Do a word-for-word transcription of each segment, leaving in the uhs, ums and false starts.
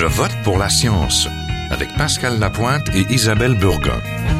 Je vote pour la science avec Pascal Lapointe et Isabelle Burgon.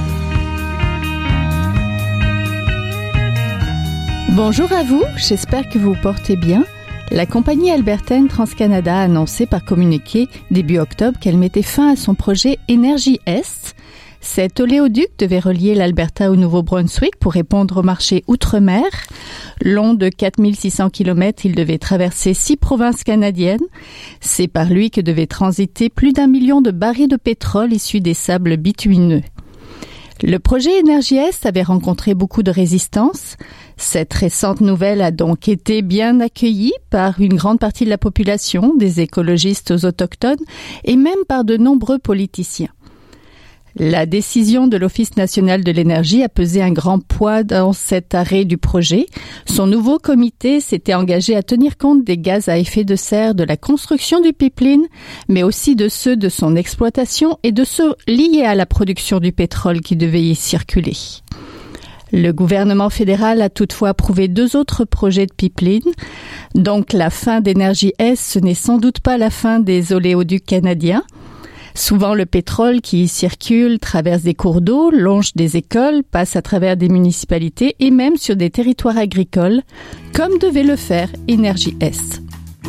Bonjour à vous, j'espère que vous vous portez bien. La compagnie albertaine TransCanada a annoncé par communiqué début octobre qu'elle mettait fin à son projet Énergie Est. Cet oléoduc devait relier l'Alberta au Nouveau-Brunswick pour répondre au marché outre-mer. Long de quatre mille six cents kilomètres, il devait traverser six provinces canadiennes. C'est par lui que devaient transiter plus d'un million de barils de pétrole issus des sables bitumineux. Le projet Énergie Est avait rencontré beaucoup de résistance. Cette récente nouvelle a donc été bien accueillie par une grande partie de la population, des écologistes aux autochtones et même par de nombreux politiciens. La décision de l'Office national de l'énergie a pesé un grand poids dans cet arrêt du projet. Son nouveau comité s'était engagé à tenir compte des gaz à effet de serre de la construction du pipeline, mais aussi de ceux de son exploitation et de ceux liés à la production du pétrole qui devait y circuler. Le gouvernement fédéral a toutefois approuvé deux autres projets de pipeline. Donc la fin d'Énergie Est, ce n'est sans doute pas la fin des oléoducs canadiens. Souvent, le pétrole qui y circule traverse des cours d'eau, longe des écoles, passe à travers des municipalités et même sur des territoires agricoles, comme devait le faire Énergie Est.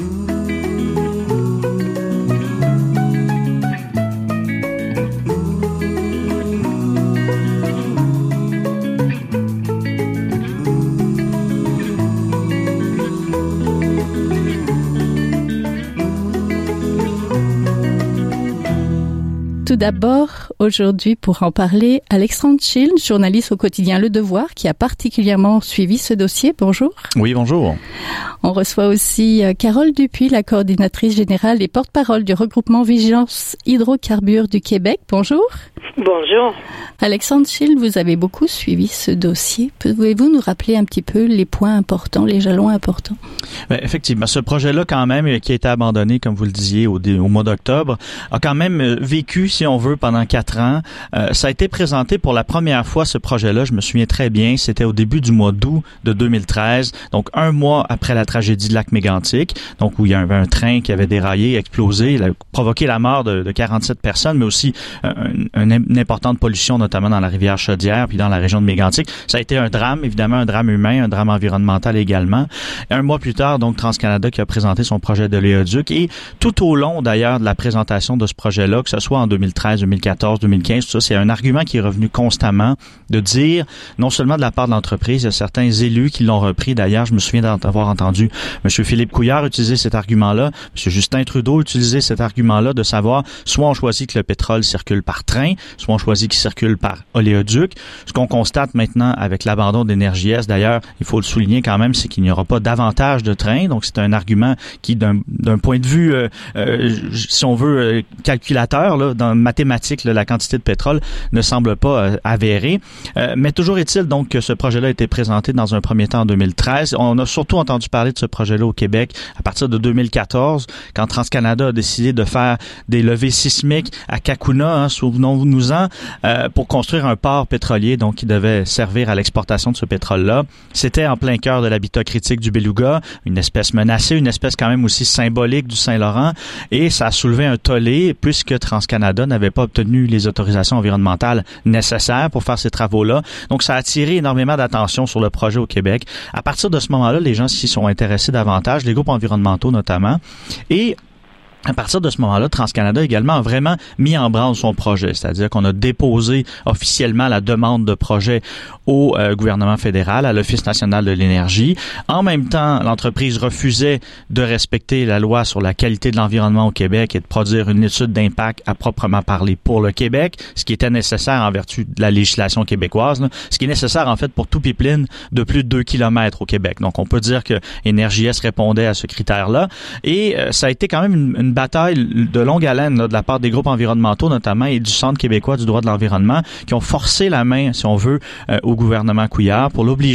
Tout d'abord, aujourd'hui, pour en parler, Alexandre Schill, journaliste au quotidien Le Devoir, qui a particulièrement suivi ce dossier. Bonjour. Oui, bonjour. On reçoit aussi Carole Dupuis, la coordinatrice générale et porte-parole du regroupement Vigilance Hydrocarbures du Québec. Bonjour. Bonjour. Alexandre Schill, vous avez beaucoup suivi ce dossier. Pouvez-vous nous rappeler un petit peu les points importants, les jalons importants? Bien, effectivement, ce projet-là, quand même, qui a été abandonné, comme vous le disiez, au, au mois d'octobre, a quand même vécu, si on veut, pendant quatre ans. Euh, ça a été présenté pour la première fois, ce projet-là, je me souviens très bien, c'était au début du mois d'août de deux mille treize, donc un mois après la tragédie du lac Mégantic, donc où il y avait un train qui avait déraillé, explosé, il a provoqué la mort de, de quarante-sept personnes, mais aussi euh, une, une importante pollution, notamment dans la rivière Chaudière, puis dans la région de Mégantic. Ça a été un drame, évidemment, un drame humain, un drame environnemental également. Et un mois plus tard, donc, TransCanada qui a présenté son projet de l'éoduc, et tout au long, d'ailleurs, de la présentation de ce projet-là, que ce soit en deux mille treize, deux mille quatorze, deux mille quinze, tout ça, c'est un argument qui est revenu constamment de dire, non seulement de la part de l'entreprise, il y a certains élus qui l'ont repris, d'ailleurs, je me souviens d'avoir entendu M. Philippe Couillard utiliser cet argument-là, M. Justin Trudeau utiliser cet argument-là de savoir, soit on choisit que le pétrole circule par train, soit on choisit qu'il circule par oléoduc. Ce qu'on constate maintenant avec l'abandon d'Énergie Est, d'ailleurs, il faut le souligner quand même, c'est qu'il n'y aura pas davantage de trains, donc c'est un argument qui, d'un, d'un point de vue, euh, euh, si on veut, euh, calculateur, là, dans mathématiques, là, la quantité de pétrole ne semble pas euh, avérée. Euh, mais toujours est-il donc que ce projet-là a été présenté dans un premier temps en deux mille treize. On a surtout entendu parler de ce projet-là au Québec à partir de deux mille quatorze, quand TransCanada a décidé de faire des levées sismiques à Cacouna, hein, souvenons-nous-en, euh, pour construire un port pétrolier donc qui devait servir à l'exportation de ce pétrole-là. C'était en plein cœur de l'habitat critique du Beluga, une espèce menacée, une espèce quand même aussi symbolique du Saint-Laurent, et ça a soulevé un tollé puisque TransCanada n'avait pas obtenu les autorisations environnementales nécessaires pour faire ces travaux-là. Donc ça a attiré énormément d'attention sur le projet au Québec. À partir de ce moment-là, les gens s'y sont intéressés davantage, les groupes environnementaux notamment, et à partir de ce moment-là, TransCanada également a vraiment mis en branle son projet, c'est-à-dire qu'on a déposé officiellement la demande de projet au euh, gouvernement fédéral, à l'Office national de l'énergie. En même temps, l'entreprise refusait de respecter la loi sur la qualité de l'environnement au Québec et de produire une étude d'impact à proprement parler pour le Québec, ce qui était nécessaire en vertu de la législation québécoise, là, ce qui est nécessaire en fait pour tout pipeline de plus de deux kilomètres au Québec. Donc on peut dire que Énergie Est répondait à ce critère-là, et euh, ça a été quand même une, une bataille de longue haleine là, de la part des groupes environnementaux notamment et du Centre québécois du droit de l'environnement qui ont forcé la main, si on veut, euh, au gouvernement Couillard pour l'obliger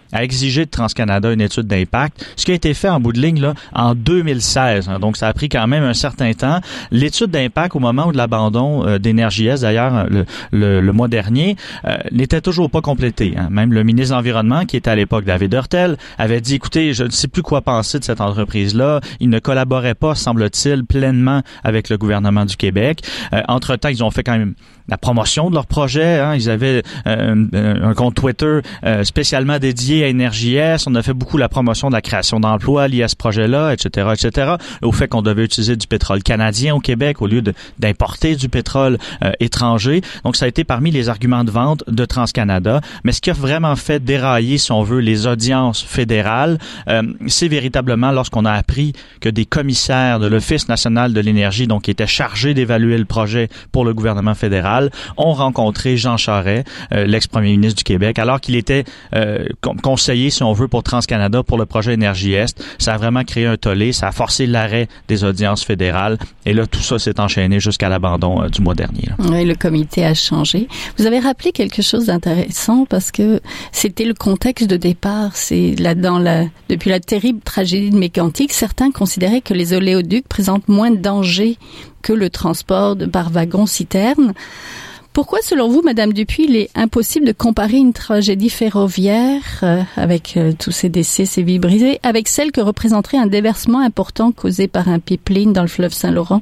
a exigé de TransCanada une étude d'impact, ce qui a été fait en bout de ligne là en deux mille seize. Hein, donc, ça a pris quand même un certain temps. L'étude d'impact au moment de l'abandon euh, d'Énergie Est, d'ailleurs, le, le, le mois dernier, euh, n'était toujours pas complétée. Hein. Même le ministre de l'Environnement, qui était à l'époque David Hurtel, avait dit, écoutez, je ne sais plus quoi penser de cette entreprise-là. Il ne collaborait pas, semble-t-il, pleinement avec le gouvernement du Québec. Euh, entre-temps, ils ont fait quand même la promotion de leur projet. Hein. Ils avaient euh, un compte Twitter euh, spécialement dédié à Énergie Est. On a fait beaucoup la promotion de la création d'emplois liés à ce projet-là, et cetera, et cetera. Au fait qu'on devait utiliser du pétrole canadien au Québec au lieu de, d'importer du pétrole euh, étranger. Donc, ça a été parmi les arguments de vente de TransCanada. Mais ce qui a vraiment fait dérailler, si on veut, les audiences fédérales, euh, c'est véritablement lorsqu'on a appris que des commissaires de l'Office national de l'énergie, donc qui étaient chargés d'évaluer le projet pour le gouvernement fédéral, ont rencontré Jean Charest, euh, l'ex-premier ministre du Québec, alors qu'il était euh, conseiller, si on veut, pour TransCanada pour le projet Énergie Est. Ça a vraiment créé un tollé, ça a forcé l'arrêt des audiences fédérales. Et là, tout ça s'est enchaîné jusqu'à l'abandon euh, du mois dernier. Là. Oui, le comité a changé. Vous avez rappelé quelque chose d'intéressant parce que c'était le contexte de départ. C'est là dans la depuis la terrible tragédie de Mégantic, certains considéraient que les oléoducs présentent moins de danger que le transport de par wagon-citerne. Pourquoi, selon vous, Madame Dupuis, il est impossible de comparer une tragédie ferroviaire euh, avec euh, tous ces décès, ces vies brisées, avec celle que représenterait un déversement important causé par un pipeline dans le fleuve Saint-Laurent?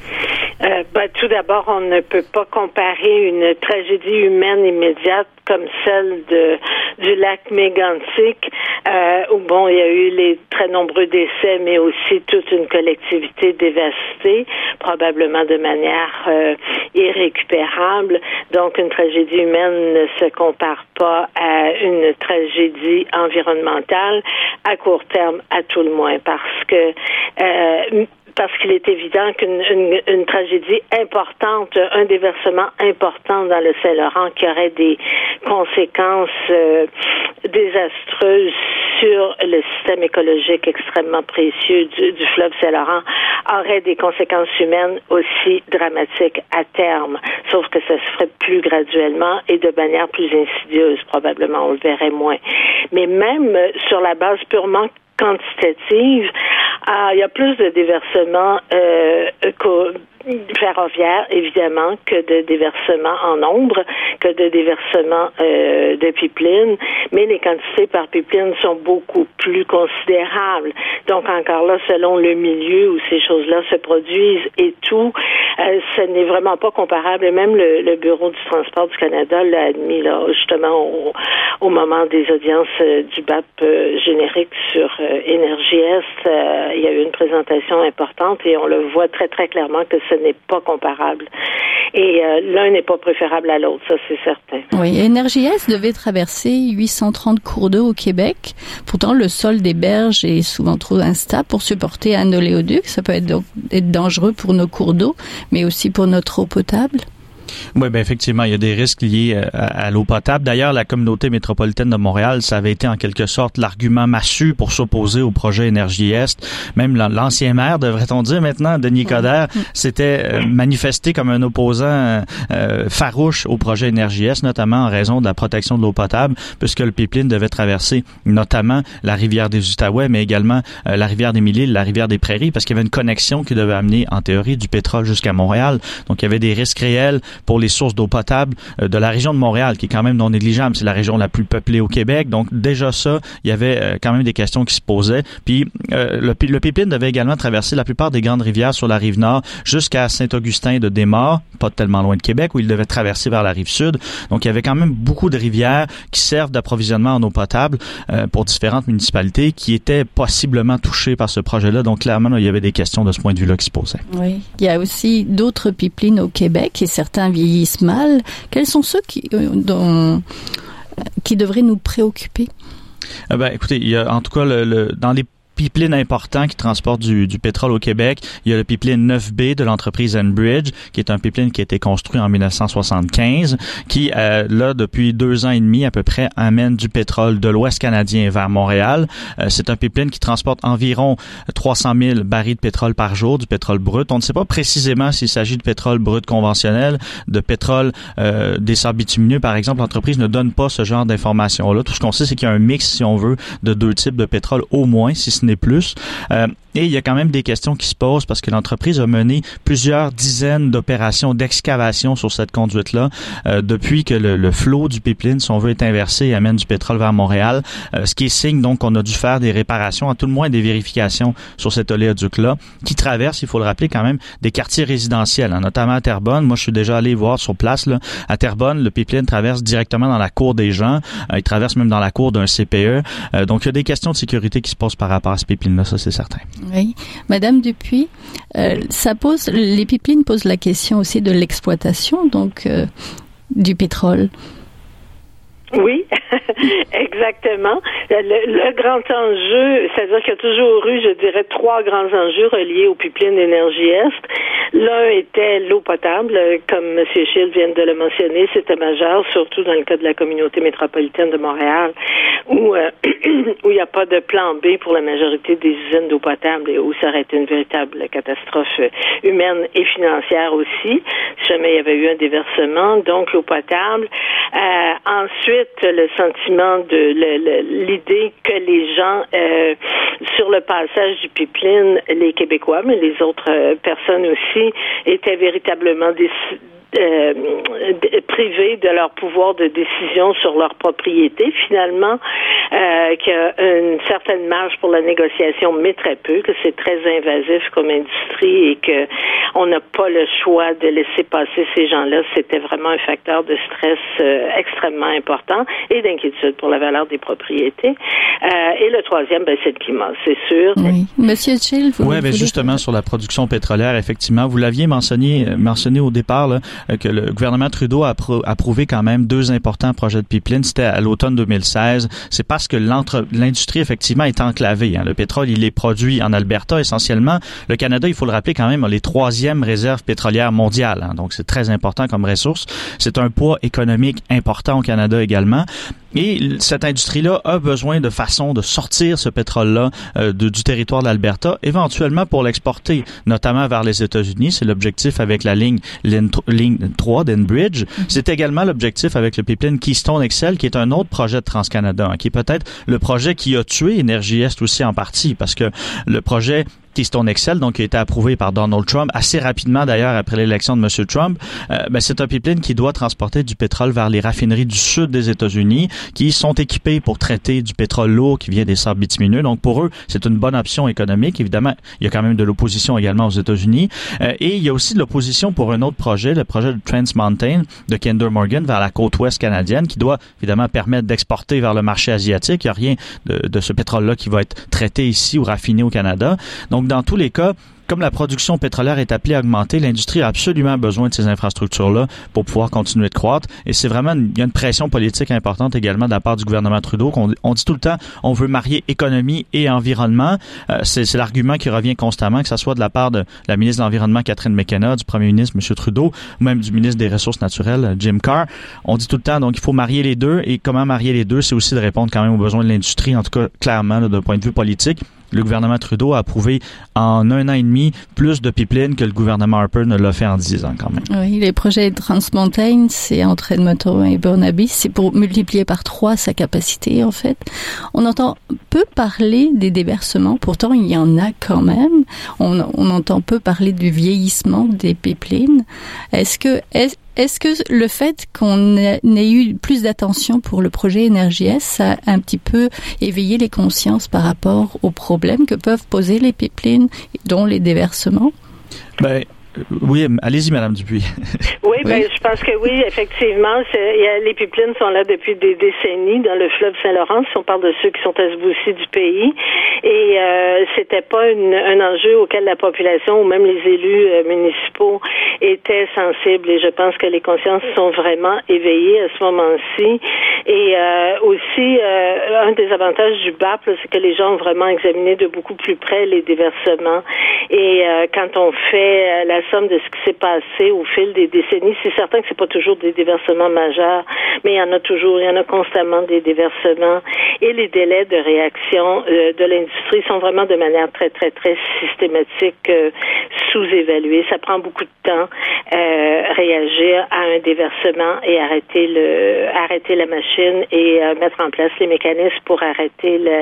Euh, ben, tout d'abord, on ne peut pas comparer une tragédie humaine immédiate comme celle de du lac Mégantic, euh, où bon, il y a eu les très nombreux décès, mais aussi toute une collectivité dévastée, probablement de manière euh, irrécupérable. Donc, une tragédie humaine ne se compare pas à une tragédie environnementale à court terme, à tout le moins, parce que euh, parce qu'il est évident qu'une une, une tragédie importante, un déversement important dans le Saint-Laurent qui aurait des conséquences euh, désastreuses sur le système écologique extrêmement précieux du, du fleuve Saint-Laurent aurait des conséquences humaines aussi dramatiques à terme, sauf que ça se ferait plus graduellement et de manière plus insidieuse, probablement, on le verrait moins. Mais même sur la base purement quantitative, ah, il y a plus de déversements euh, ferroviaires, évidemment, que de déversements en nombre, que de déversements euh, de pipelines, mais les quantités par pipeline sont beaucoup plus considérables. Donc, encore là, selon le milieu où ces choses-là se produisent et tout, euh, ce n'est vraiment pas comparable. Et même le, le Bureau du transport du Canada l'a admis, là, justement, au, au moment des audiences euh, du B A P euh, générique sur euh, Énergie Est, euh, il y a eu une présentation importante et on le voit très, très clairement que ce n'est pas comparable. Et euh, l'un n'est pas préférable à l'autre, ça c'est certain. Oui, Énergie Est devait traverser huit cent trente cours d'eau au Québec. Pourtant, le sol des berges est souvent trop instable pour supporter un oléoduc. Ça peut être, donc, être dangereux pour nos cours d'eau, mais aussi pour notre eau potable. Oui, ben effectivement, il y a des risques liés à, à l'eau potable. D'ailleurs, la communauté métropolitaine de Montréal, ça avait été en quelque sorte l'argument massu pour s'opposer au projet Énergie Est. Même l'ancien maire, devrait-on dire maintenant, Denis Coderre, s'était manifesté comme un opposant euh, farouche au projet Énergie Est, notamment en raison de la protection de l'eau potable, puisque le pipeline devait traverser notamment la rivière des Outaouais, mais également euh, la rivière des Mille-Îles, la rivière des Prairies, parce qu'il y avait une connexion qui devait amener, en théorie, du pétrole jusqu'à Montréal. Donc, il y avait des risques réels pour les sources d'eau potable euh, de la région de Montréal, qui est quand même non négligeable. C'est la région la plus peuplée au Québec. Donc, déjà ça, il y avait euh, quand même des questions qui se posaient. Puis, euh, le, le pipeline devait également traverser la plupart des grandes rivières sur la rive nord jusqu'à Saint-Augustin de Desmaures, pas tellement loin de Québec, où il devait traverser vers la rive sud. Donc, il y avait quand même beaucoup de rivières qui servent d'approvisionnement en eau potable euh, pour différentes municipalités qui étaient possiblement touchées par ce projet-là. Donc, clairement, là, il y avait des questions de ce point de vue-là qui se posaient. Oui. Il y a aussi d'autres pipelines au Québec et certains vieillissent mal. Quels sont ceux qui, euh, dont, qui devraient nous préoccuper? Euh, ben, écoutez, il y a en tout cas le, le, dans les pipelines importants qui transportent du, du pétrole au Québec. Il y a le pipeline neuf B de l'entreprise Enbridge, qui est un pipeline qui a été construit en dix-neuf cent soixante-quinze, qui, euh, là, depuis deux ans et demi à peu près, amène du pétrole de l'Ouest canadien vers Montréal. Euh, c'est un pipeline qui transporte environ trois cent mille barils de pétrole par jour, du pétrole brut. On ne sait pas précisément s'il s'agit de pétrole brut conventionnel, de pétrole euh, des sables bitumineux, par exemple. L'entreprise ne donne pas ce genre d'informations-là. Tout ce qu'on sait, c'est qu'il y a un mix, si on veut, de deux types de pétrole, au moins, si ce n'est plus. Euh, et il y a quand même des questions qui se posent parce que l'entreprise a mené plusieurs dizaines d'opérations d'excavation sur cette conduite-là euh, depuis que le, le flot du pipeline, si on veut, est inversé et amène du pétrole vers Montréal. Euh, ce qui est signe, donc, qu'on a dû faire des réparations, à tout le moins des vérifications sur cet oléoduc-là, qui traverse, il faut le rappeler, quand même, des quartiers résidentiels, hein, notamment à Terrebonne. Moi, je suis déjà allé voir sur place, là, à Terrebonne, le pipeline traverse directement dans la cour des gens. Euh, il traverse même dans la cour d'un C P E. Euh, donc, il y a des questions de sécurité qui se posent par rapport à ce pipeline-là, ça, c'est certain. Oui. Madame Dupuis, euh, ça pose, les pipelines posent la question aussi de l'exploitation, donc, euh, du pétrole. Oui, exactement. Le, le grand enjeu, c'est-à-dire qu'il y a toujours eu, je dirais, trois grands enjeux reliés au pipeline d'énergie Est. L'un était l'eau potable, comme M. Schild vient de le mentionner, c'était majeur, surtout dans le cas de la communauté métropolitaine de Montréal, où euh, où il n'y a pas de plan B pour la majorité des usines d'eau potable et où ça aurait été une véritable catastrophe humaine et financière aussi, si jamais il y avait eu un déversement. Donc, l'eau potable. Euh, ensuite, le sentiment de le, le, l'idée que les gens euh, sur le passage du pipeline, les Québécois, mais les autres euh, personnes aussi, étaient véritablement des Euh, privés de leur pouvoir de décision sur leur propriété, finalement, euh, qu'il y a une certaine marge pour la négociation, mais très peu, que c'est très invasif comme industrie et que on n'a pas le choix de laisser passer ces gens-là. C'était vraiment un facteur de stress euh, extrêmement important et d'inquiétude pour la valeur des propriétés. Euh, et le troisième, ben, c'est le climat, c'est sûr. Oui. Monsieur Schild, vous Oui, ben justement, sur la production pétrolière, effectivement, vous l'aviez mentionné, mentionné au départ, là, que le gouvernement Trudeau a approuvé quand même deux importants projets de pipeline. C'était à l'automne deux mille seize. C'est parce que l'industrie, effectivement, est enclavée. Hein. Le pétrole, il est produit en Alberta, essentiellement. Le Canada, il faut le rappeler quand même, a les troisièmes réserves pétrolières mondiales. Hein. Donc, c'est très important comme ressource. C'est un poids économique important au Canada également. Et cette industrie-là a besoin de façon de sortir ce pétrole-là euh, de, du territoire de l'Alberta, éventuellement pour l'exporter, notamment vers les États-Unis. C'est l'objectif avec la ligne, ligne trois d'Enbridge. Mm-hmm. C'est également l'objectif avec le pipeline Keystone X L, qui est un autre projet de TransCanada, hein, qui est peut-être le projet qui a tué Énergie Est aussi en partie, parce que le projet Keystone X L, donc qui a été approuvé par Donald Trump assez rapidement d'ailleurs après l'élection de M. Trump, euh, ben, c'est un pipeline qui doit transporter du pétrole vers les raffineries du sud des États-Unis qui sont équipées pour traiter du pétrole lourd qui vient des sables bitumineux. Donc pour eux, c'est une bonne option économique. Évidemment, il y a quand même de l'opposition également aux États-Unis. Euh, et il y a aussi de l'opposition pour un autre projet, le projet de Trans Mountain de Kinder Morgan vers la côte ouest canadienne qui doit évidemment permettre d'exporter vers le marché asiatique. Il n'y a rien de, de ce pétrole-là qui va être traité ici ou raffiné au Canada. Donc dans tous les cas, comme la production pétrolière est appelée à augmenter, l'industrie a absolument besoin de ces infrastructures-là pour pouvoir continuer de croître. Et c'est vraiment, une, il y a une pression politique importante également de la part du gouvernement Trudeau. Qu'on, on dit tout le temps, on veut marier économie et environnement. Euh, c'est, c'est l'argument qui revient constamment, que ce soit de la part de la ministre de l'Environnement, Catherine McKenna, du premier ministre, M. Trudeau, ou même du ministre des Ressources naturelles, Jim Carr. On dit tout le temps, donc il faut marier les deux. Et comment marier les deux, c'est aussi de répondre quand même aux besoins de l'industrie, en tout cas clairement là, d'un point de vue politique. Le gouvernement Trudeau a approuvé en un an et demi plus de pipelines que le gouvernement Harper ne l'a fait en dix ans quand même. Oui, les projets de Trans Mountain, c'est entre Edmonton et Burnaby, c'est pour multiplier par trois sa capacité en fait. On entend peu parler des déversements, pourtant il y en a quand même. On, on entend peu parler du vieillissement des pipelines. Est-ce que est, Est-ce que le fait qu'on ait eu plus d'attention pour le projet Énergie Est, ça a un petit peu éveillé les consciences par rapport aux problèmes que peuvent poser les pipelines, dont les déversements? Ben, oui, allez-y, Madame Dupuis. Oui, ben, je pense que oui, effectivement. C'est, y a, les pipelines sont là depuis des décennies dans le fleuve Saint-Laurent, si on parle de ceux qui sont à ce bout-ci du pays. Et euh, c'était pas une, un enjeu auquel la population ou même les élus euh, municipaux étaient sensibles. Et je pense que les consciences sont vraiment éveillées à ce moment-ci. Et euh, aussi, euh, un des avantages du B A P, là, c'est que les gens ont vraiment examiné de beaucoup plus près les déversements. Et euh, quand on fait euh, la somme de ce qui s'est passé au fil des décennies, c'est certain que c'est pas toujours des déversements majeurs, mais il y en a toujours, il y en a constamment des déversements. Et les délais de réaction euh, de l'industrie sont vraiment de manière très, très, très systématique euh, sous-évalués. Ça prend beaucoup de temps euh, réagir à un déversement et arrêter le arrêter la machine et euh, mettre en place les mécanismes pour arrêter le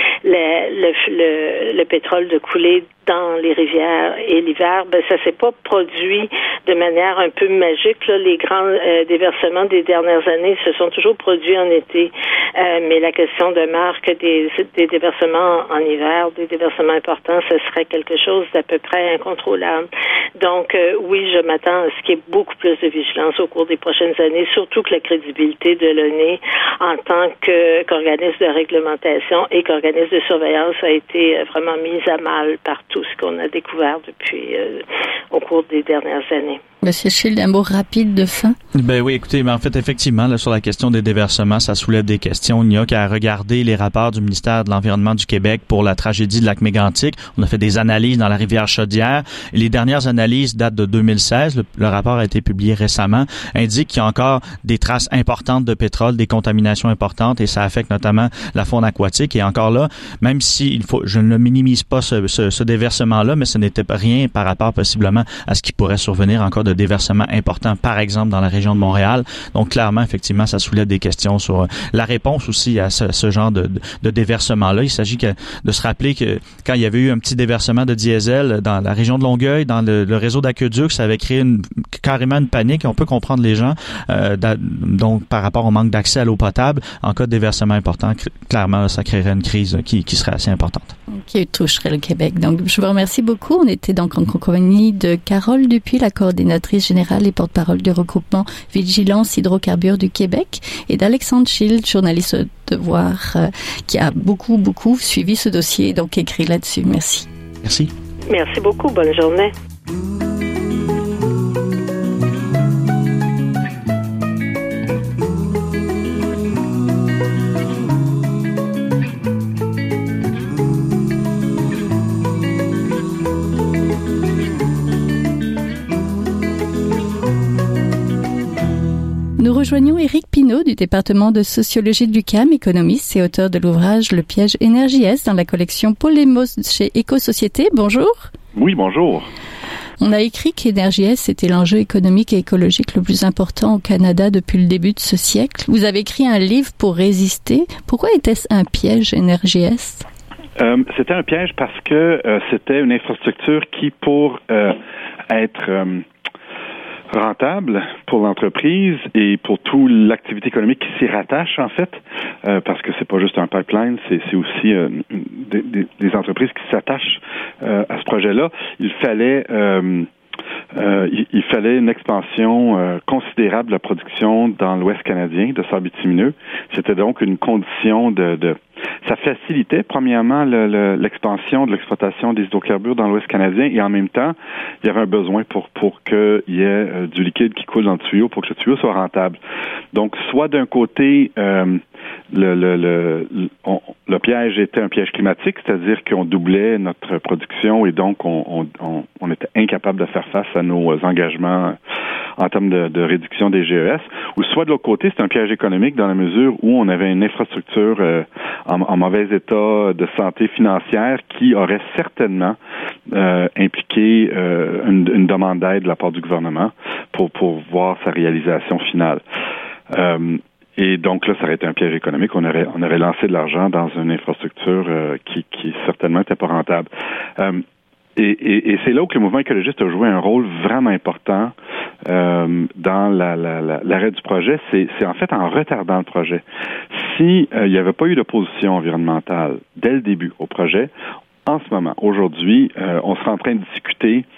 le, le, le, le pétrole de couler dans les rivières et l'hiver. Ben ça s'est pas produit de manière un peu magique. Là. Les grands euh, déversements des dernières années se sont toujours produits en été, euh, mais la question demeure que des, des déversements en hiver, des déversements importants, ce serait quelque chose d'à peu près incontrôlable. Donc euh, oui, je m'attends à ce qu'il y ait beaucoup plus de vigilance au cours des prochaines années, surtout que la crédibilité de l'O N E en tant que, qu'organisme de réglementation et qu'organisme de surveillance a été vraiment mise à mal par tout ce qu'on a découvert depuis euh, au cours des dernières années. Monsieur Schild, un mot rapide de fin? Ben oui, écoutez, mais en fait, effectivement, là, sur la question des déversements, ça soulève des questions. Il n'y a qu'à regarder les rapports du ministère de l'Environnement du Québec pour la tragédie de Lac Mégantic. On a fait des analyses dans la rivière Chaudière. Et les dernières analyses datent de deux mille seize. Le, le rapport a été publié récemment. Indique qu'il y a encore des traces importantes de pétrole, des contaminations importantes, et ça affecte notamment la faune aquatique. Et encore là, même si il faut, je ne minimise pas ce, ce, ce déversement-là, mais ce n'était pas rien par rapport possiblement à ce qui pourrait survenir encore de déversements importants, par exemple dans la région de Montréal. Donc clairement, effectivement, ça soulève des questions sur la réponse aussi à ce, ce genre de, de, de déversement-là. Il s'agit que, de se rappeler que quand il y avait eu un petit déversement de diesel dans la région de Longueuil, dans le, le réseau d'aqueduc, ça avait créé une, carrément une panique. On peut comprendre les gens euh, donc par rapport au manque d'accès à l'eau potable. En cas de déversement important, clairement, ça créerait une crise qui, qui serait assez importante. Qui toucherait le Québec. Donc, je vous remercie beaucoup. On était donc en compagnie de Carole Dupuis, la coordinatrice générale et porte-parole du regroupement Vigilance Hydrocarbures du Québec, et d'Alexandre Schild, journaliste au Devoir, euh, qui a beaucoup, beaucoup suivi ce dossier et donc écrit là-dessus. Merci. Merci. Merci beaucoup. Bonne journée. Nous rejoignons Éric Pinault du département de sociologie de l'U Q A M, économiste et auteur de l'ouvrage Le piège Énergie Est dans la collection Polémos chez Éco-Société. Bonjour. Oui, bonjour. On a écrit qu'Énergie Est, c'était l'enjeu économique et écologique le plus important au Canada depuis le début de ce siècle. Vous avez écrit un livre pour résister. Pourquoi était-ce un piège, Énergie Est? Euh, c'était un piège parce que euh, c'était une infrastructure qui, pour euh, être euh, rentable pour l'entreprise et pour toute l'activité économique qui s'y rattache, en fait, euh, parce que c'est pas juste un pipeline, c'est, c'est aussi euh, des, des, des entreprises qui s'attachent euh, à ce projet-là. Il fallait euh, euh, il, il fallait une expansion euh, considérable de la production dans l'Ouest canadien de sable bitumineux. C'était donc une condition de, de ça facilitait, premièrement, le, le, l'expansion de l'exploitation des hydrocarbures dans l'Ouest canadien, et en même temps, il y avait un besoin pour, pour qu'il y ait euh, du liquide qui coule dans le tuyau, pour que le tuyau soit rentable. Donc, soit d'un côté, euh, le, le, le, on, le piège était un piège climatique, c'est-à-dire qu'on doublait notre production et donc on, on, on, on était incapable de faire face à nos engagements en termes de, de réduction des G E S, ou soit de l'autre côté, c'est un piège économique dans la mesure où on avait une infrastructure euh, en, en mauvais état de santé financière qui aurait certainement euh, impliqué euh, une, une demande d'aide de la part du gouvernement pour, pour voir sa réalisation finale. Euh, Et donc là, ça aurait été un piège économique. On aurait, on aurait lancé de l'argent dans une infrastructure euh, qui, qui certainement n'était pas rentable. Euh, et, et, et c'est là où le mouvement écologiste a joué un rôle vraiment important euh, dans la, la, la, l'arrêt du projet. C'est, c'est en fait en retardant le projet. Si euh, il n'y avait pas eu d'opposition environnementale dès le début au projet, en ce moment, aujourd'hui, euh, on serait en train de discuter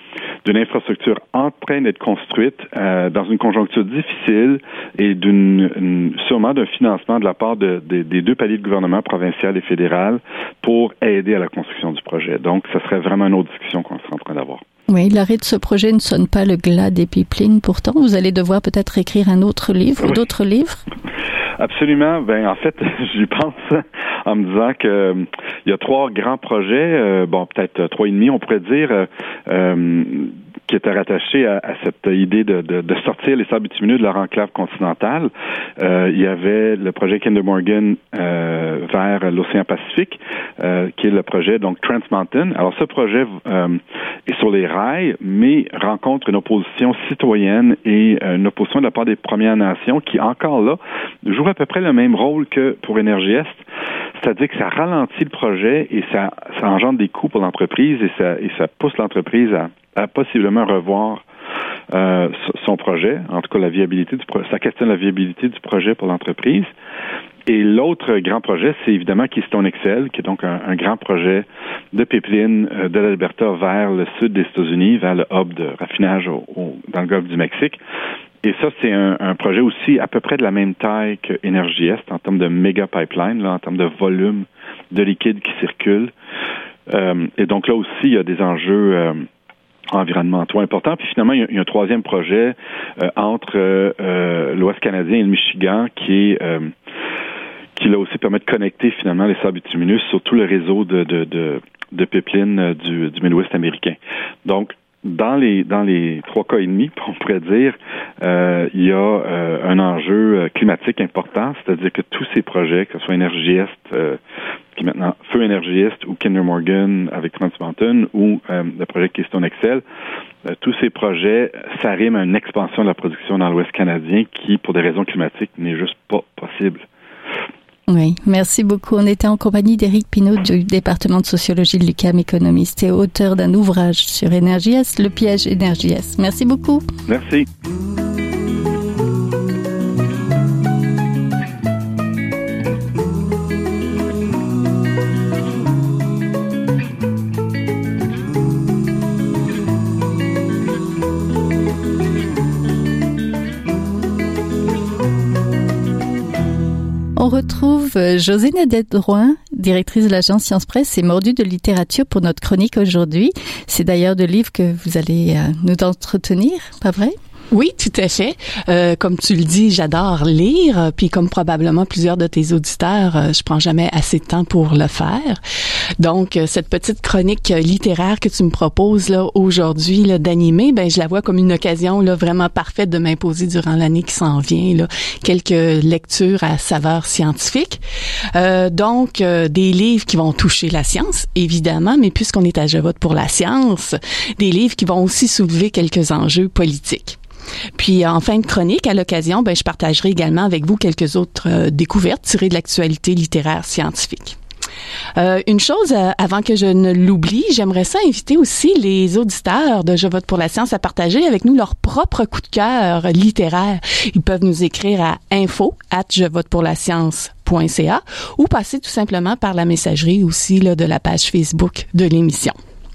d'une infrastructure en train d'être construite euh, dans une conjoncture difficile et d'une une, sûrement d'un financement de la part de, de, des deux paliers de gouvernement, provincial et fédéral, pour aider à la construction du projet. Donc, ça serait vraiment une autre discussion qu'on serait en train d'avoir. Oui, l'arrêt de ce projet ne sonne pas le glas des pipelines. Pourtant, vous allez devoir peut-être écrire un autre livre ou oui. d'autres livres. Absolument. Ben en fait, j'y pense en me disant que euh, il y a trois grands projets, euh, bon peut-être trois et demi, on pourrait dire, euh, euh, qui étaient rattachés à, à cette idée de, de, de sortir les sables bitumineux de leur enclave continentale. Euh, il y avait le projet Kinder Morgan euh, vers l'océan Pacifique, euh, qui est le projet donc Trans Mountain. Alors ce projet euh, est sur les rails, mais rencontre une opposition citoyenne et une opposition de la part des Premières Nations qui, encore là, jouent à peu près le même rôle que pour Énergie Est. C'est-à-dire que ça ralentit le projet et ça, ça engendre des coûts pour l'entreprise et ça, et ça pousse l'entreprise à, à possiblement revoir euh, son projet, en tout cas la viabilité du projet. Ça questionne la viabilité du projet pour l'entreprise. Et l'autre grand projet, c'est évidemment Keystone X L, qui est donc un, un grand projet de pipeline euh, de l'Alberta vers le sud des États-Unis, vers le hub de raffinage au, au, dans le golfe du Mexique. Et ça, c'est un, un projet aussi à peu près de la même taille que Énergie Est en termes de méga pipeline, là, en termes de volume de liquide qui circule. Euh, et donc là aussi, il y a des enjeux euh, environnementaux importants. Puis finalement, il y a, il y a un troisième projet euh, entre euh, l'Ouest canadien et le Michigan qui est euh, qui là aussi permet de connecter finalement les sables bitumineux sur tout le réseau de de de, de pipelines du, du Midwest américain. Donc Dans les dans les trois cas et demi, on pourrait dire, euh, il y a euh, un enjeu climatique important, c'est-à-dire que tous ces projets, que ce soit Énergie Est, euh, qui est maintenant Feu Énergie Est ou Kinder Morgan avec Trans Mountain ou euh, le projet Keystone X L, euh, tous ces projets s'arriment à une expansion de la production dans l'Ouest canadien qui, pour des raisons climatiques, n'est juste pas possible. Oui, merci beaucoup. On était en compagnie d'Éric Pinault du département de sociologie de l'U Q A M, économiste et auteur d'un ouvrage sur Énergie Est, Le piège Énergie Est. Merci beaucoup. Merci. On retrouve Josée Nadet-Drouin, directrice de l'agence Science Presse et mordue de littérature pour notre chronique aujourd'hui. C'est d'ailleurs de livres que vous allez nous entretenir, pas vrai? Oui, tout à fait. Euh, comme tu le dis, j'adore lire, puis comme probablement plusieurs de tes auditeurs, euh, je prends jamais assez de temps pour le faire. Donc, euh, cette petite chronique littéraire que tu me proposes là aujourd'hui là, d'animer, ben je la vois comme une occasion là vraiment parfaite de m'imposer durant l'année qui s'en vient là quelques lectures à saveur scientifique. Euh, donc, euh, des livres qui vont toucher la science, évidemment, mais puisqu'on est à Je vote pour la science, des livres qui vont aussi soulever quelques enjeux politiques. Puis en fin de chronique, à l'occasion, ben je partagerai également avec vous quelques autres euh, découvertes tirées de l'actualité littéraire scientifique. Euh, une chose, euh, avant que je ne l'oublie, j'aimerais ça inviter aussi les auditeurs de Je vote pour la science à partager avec nous leur propre coup de cœur littéraire. Ils peuvent nous écrire à info arobase je vote pour la science point c a ou passer tout simplement par la messagerie aussi là, de la page Facebook de l'émission.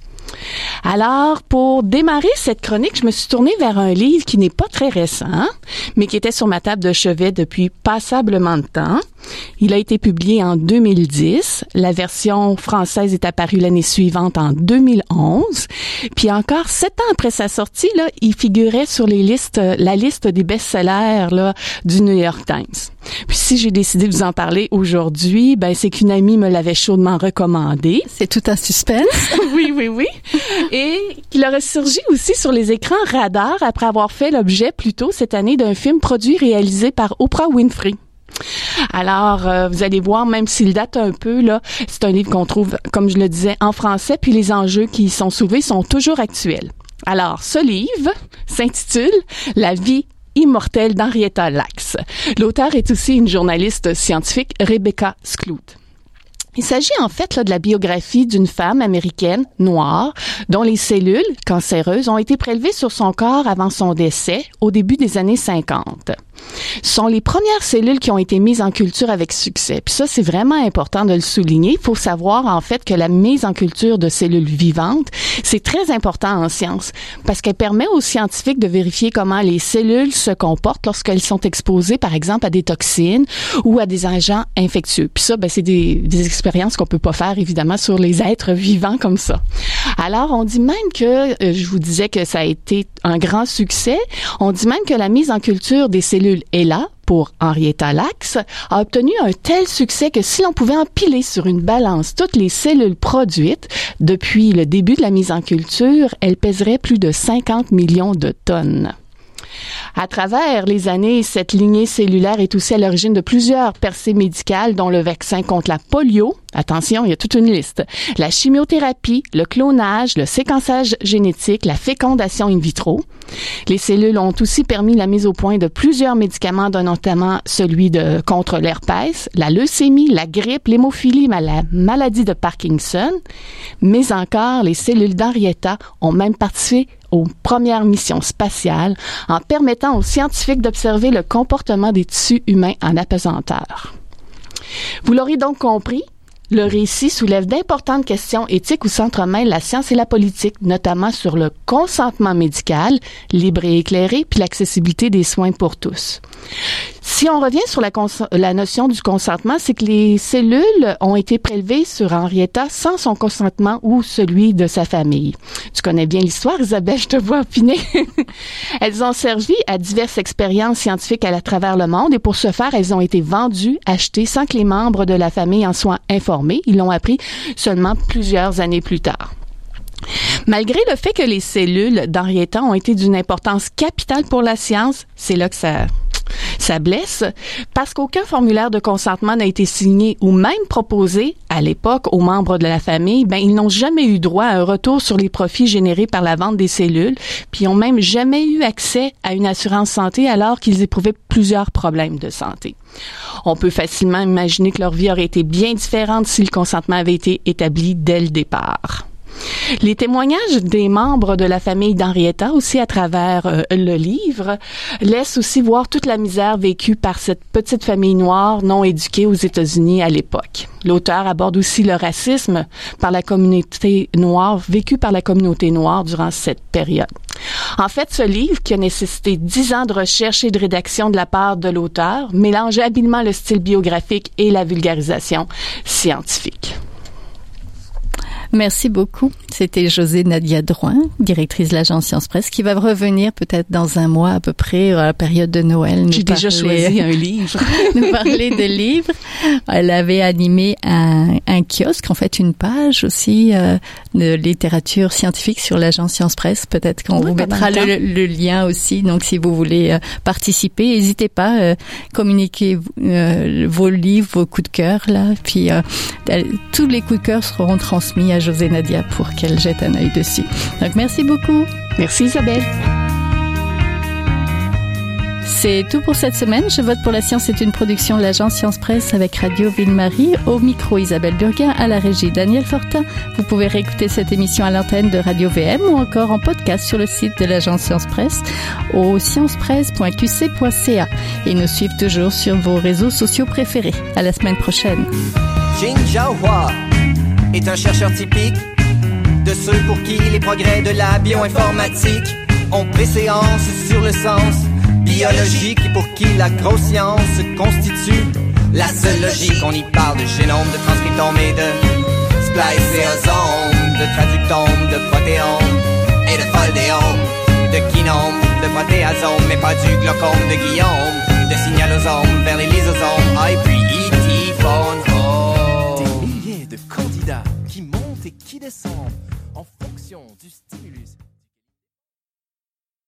Alors, pour démarrer cette chronique, je me suis tournée vers un livre qui n'est pas très récent, mais qui était sur ma table de chevet depuis passablement de temps. Il a été publié en deux mille dix. La version française est apparue l'année suivante en deux mille onze. Puis encore sept ans après sa sortie, là, il figurait sur les listes, la liste des best-sellers là, du New York Times. Puis si j'ai décidé de vous en parler aujourd'hui, ben c'est qu'une amie me l'avait chaudement recommandé. C'est tout un suspense. Oui, oui, oui. Et qu'il aurait surgi aussi sur les écrans radars après avoir fait l'objet plus tôt cette année d'un film produit réalisé par Oprah Winfrey. Alors, euh, vous allez voir, même s'il date un peu, là, c'est un livre qu'on trouve, comme je le disais, en français, puis les enjeux qui y sont soulevés sont toujours actuels. Alors, ce livre s'intitule « La vie immortelle d'Henrietta Lacks ». L'auteur est aussi une journaliste scientifique, Rebecca Skloot. Il s'agit en fait là, de la biographie d'une femme américaine noire dont les cellules cancéreuses ont été prélevées sur son corps avant son décès au début des années cinquante. sont les premières cellules qui ont été mises en culture avec succès. Puis ça, c'est vraiment important de le souligner. Il faut savoir, en fait, que la mise en culture de cellules vivantes, c'est très important en sciences parce qu'elle permet aux scientifiques de vérifier comment les cellules se comportent lorsqu'elles sont exposées, par exemple, à des toxines ou à des agents infectieux. Puis ça, ben, c'est des, des expériences qu'on peut pas faire, évidemment, sur les êtres vivants comme ça. Alors, on dit même que, euh, je vous disais que ça a été un grand succès, on dit même que la mise en culture des cellules E L A, pour Henrietta Lacks, a obtenu un tel succès que si l'on pouvait empiler sur une balance toutes les cellules produites depuis le début de la mise en culture, elles pèseraient plus de cinquante millions de tonnes. À travers les années, cette lignée cellulaire est aussi à l'origine de plusieurs percées médicales, dont le vaccin contre la polio. Attention, il y a toute une liste. La chimiothérapie, le clonage, le séquençage génétique, la fécondation in vitro. Les cellules ont aussi permis la mise au point de plusieurs médicaments, dont notamment celui de contre l'herpès, la leucémie, la grippe, l'hémophilie, la maladie de Parkinson. Mais encore, les cellules d'Henrietta ont même participé aux premières missions spatiales en permettant aux scientifiques d'observer le comportement des tissus humains en apesanteur. Vous l'aurez donc compris, le récit soulève d'importantes questions éthiques où s'entremêlent la science et la politique, notamment sur le consentement médical, libre et éclairé, puis l'accessibilité des soins pour tous. Si on revient sur la, cons- la notion du consentement, c'est que les cellules ont été prélevées sur Henrietta sans son consentement ou celui de sa famille. Tu connais bien l'histoire, Isabelle, je te vois opiner. Elles ont servi à diverses expériences scientifiques à travers le monde et pour ce faire, elles ont été vendues, achetées sans que les membres de la famille en soient informés. Ils l'ont appris seulement plusieurs années plus tard. Malgré le fait que les cellules d'Henrietta ont été d'une importance capitale pour la science, c'est là que ça... Ça blesse parce qu'aucun formulaire de consentement n'a été signé ou même proposé à l'époque aux membres de la famille. Ben, ils n'ont jamais eu droit à un retour sur les profits générés par la vente des cellules, puis ils n'ont même jamais eu accès à une assurance santé alors qu'ils éprouvaient plusieurs problèmes de santé. On peut facilement imaginer que leur vie aurait été bien différente si le consentement avait été établi dès le départ. Les témoignages des membres de la famille d'Henrietta, aussi à travers euh, le livre, laissent aussi voir toute la misère vécue par cette petite famille noire non éduquée aux États-Unis à l'époque. L'auteur aborde aussi le racisme par la communauté noire, vécu par la communauté noire durant cette période. En fait, ce livre, qui a nécessité dix ans de recherche et de rédaction de la part de l'auteur, mélange habilement le style biographique et la vulgarisation scientifique. Merci beaucoup. C'était José Nadia Drouin, directrice de l'agence Science Presse, qui va revenir peut-être dans un mois à peu près, à la période de Noël. J'ai déjà choisi un livre. nous parler de livres. Elle avait animé un, un kiosque, en fait une page aussi euh, de littérature scientifique sur l'agence Science Presse. Peut-être qu'on oui, vous mettra le, le lien aussi. Donc si vous voulez euh, participer, n'hésitez pas, euh, communiquez euh, vos livres, vos coups de cœur là. Puis euh, tous les coups de cœur seront transmis à José Nadia pour qu'elle jette un œil dessus. Donc, merci beaucoup. Merci Isabelle. C'est tout pour cette semaine. Je vote pour la science est une production de l'agence Science Presse avec Radio Ville-Marie. Au micro, Isabelle Burguin. À la régie, Daniel Fortin. Vous pouvez réécouter cette émission à l'antenne de Radio V M ou encore en podcast sur le site de l'agence Science Presse au science presse point q c point c a et nous suivre toujours sur vos réseaux sociaux préférés. À la semaine prochaine. Jin Jiahua est un chercheur typique de ceux pour qui les progrès de la bioinformatique ont préséance sur le sens biologique et pour qui la grosse science constitue la seule logique. On y parle de génome, de transcriptome et de spliceosome, de traductome, de protéome et de foldéome, de kinome, de protéasome, mais pas du glaucome de Guillaume, de signalosome vers les lysosomes, ah, et puis E T phone. Qui monte et qui descend en fonction du stimulus.